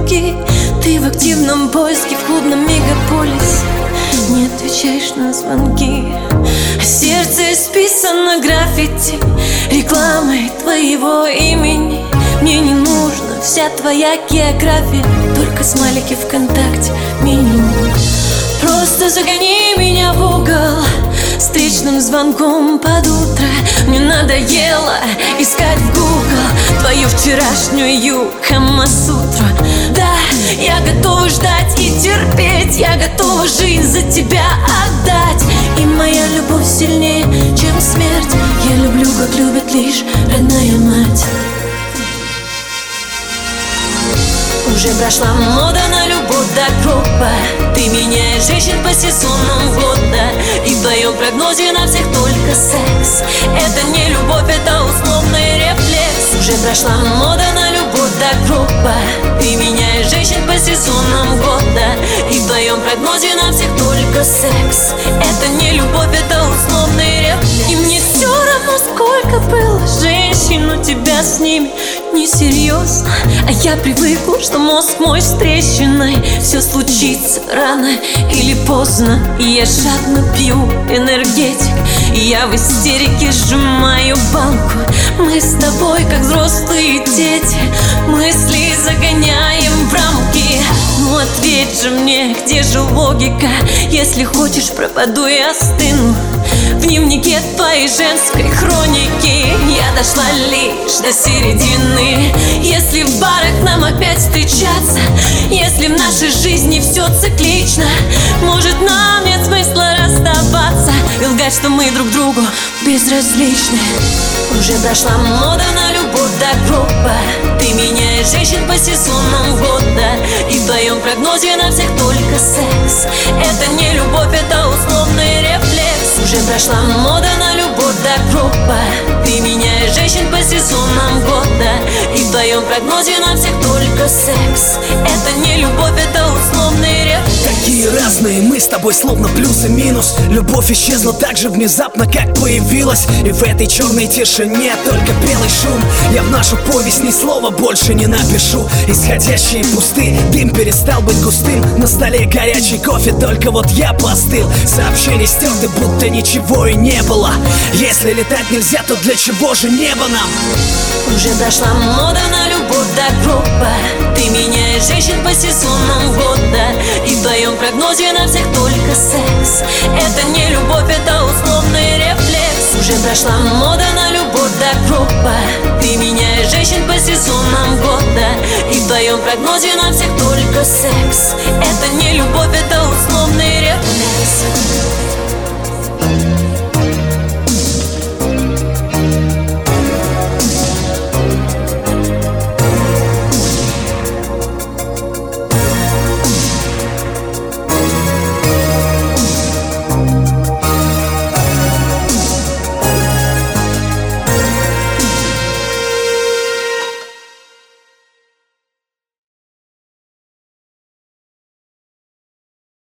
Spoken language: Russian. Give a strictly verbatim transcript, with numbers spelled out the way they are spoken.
руки. Ты в активном поиске в клубном мегаполисе, не отвечаешь на звонки. Сердце исписано граффити, рекламой твоего имени. Мне не нужна вся твоя география, только смайлики ВКонтакте минимум. Просто загони меня в угол встречным звонком под утро. Мне надоело искать в Google твою вчерашнюю Камасутру. Да, я готова ждать и терпеть, я готова жизнь за тебя отдать. И моя любовь сильнее, чем смерть. Я люблю, как любит лишь родная мать. Уже прошла мода на любовь до гроба. Ты меняешь женщин по сезонам года, и в твоем прогнозе на всех только секс. Это не любовь, это условный рефлекс. Уже прошла мода на любовь до гроба. Ты меняешь женщин по сезонам года, и в твоем прогнозе на всех только секс. Это не любовь, это условный рефлекс. И мне все равно, сколько было женщин, у тебя с ними несерьезно. А я привыкла, что мозг мой с трещиной. Все случится рано или поздно. И я жадно пью энергетик, и я в истерике сжимаю банку. Мы с тобой как взрослые дети, мысли загоняем в рамки. Ну ответь же мне, где же логика? Если хочешь, пропаду и остыну в дневнике твоей женской хроники. Я дошла лишь до середины. Если в барах нам опять встречаться, если в нашей жизни все циклично, может, нам нет смысла расставаться и лгать, что мы друг другу безразличны. Уже прошла мода на любовь до гроба. Ты меняешь женщин по сезонам года, и в твоем прогнозе на всех только секс. Это не любовь, это условный рефлекс. Уже прошла мода на любовь до гроба. Ты меняешь женщин по сезонам года, и в твоем прогнозе на всех только секс. Это не любовь, это условный рефлекс. Такие разные мы с тобой, словно плюс и минус. Любовь исчезла так же внезапно, как появилась. И в этой черной тишине только белый шум. Я в нашу повесть ни слова больше не напишу. Исходящие пусты, дым перестал быть густым. На столе горячий кофе, только вот я постыл. Сообщения стерты, будто ничего и не было. Если летать нельзя, то для чего же небо нам? Уже прошла мода на любовь до гроба. Ты меняешь женщин по сезонам года, и в твоем прогнозе на всех только секс. Это не любовь, это условный рефлекс. Уже прошла мода на любовь до гроба. Ты меняешь женщин по сезонам года, и в твоем прогнозе на всех только секс. Это не любовь, это условный рефлекс.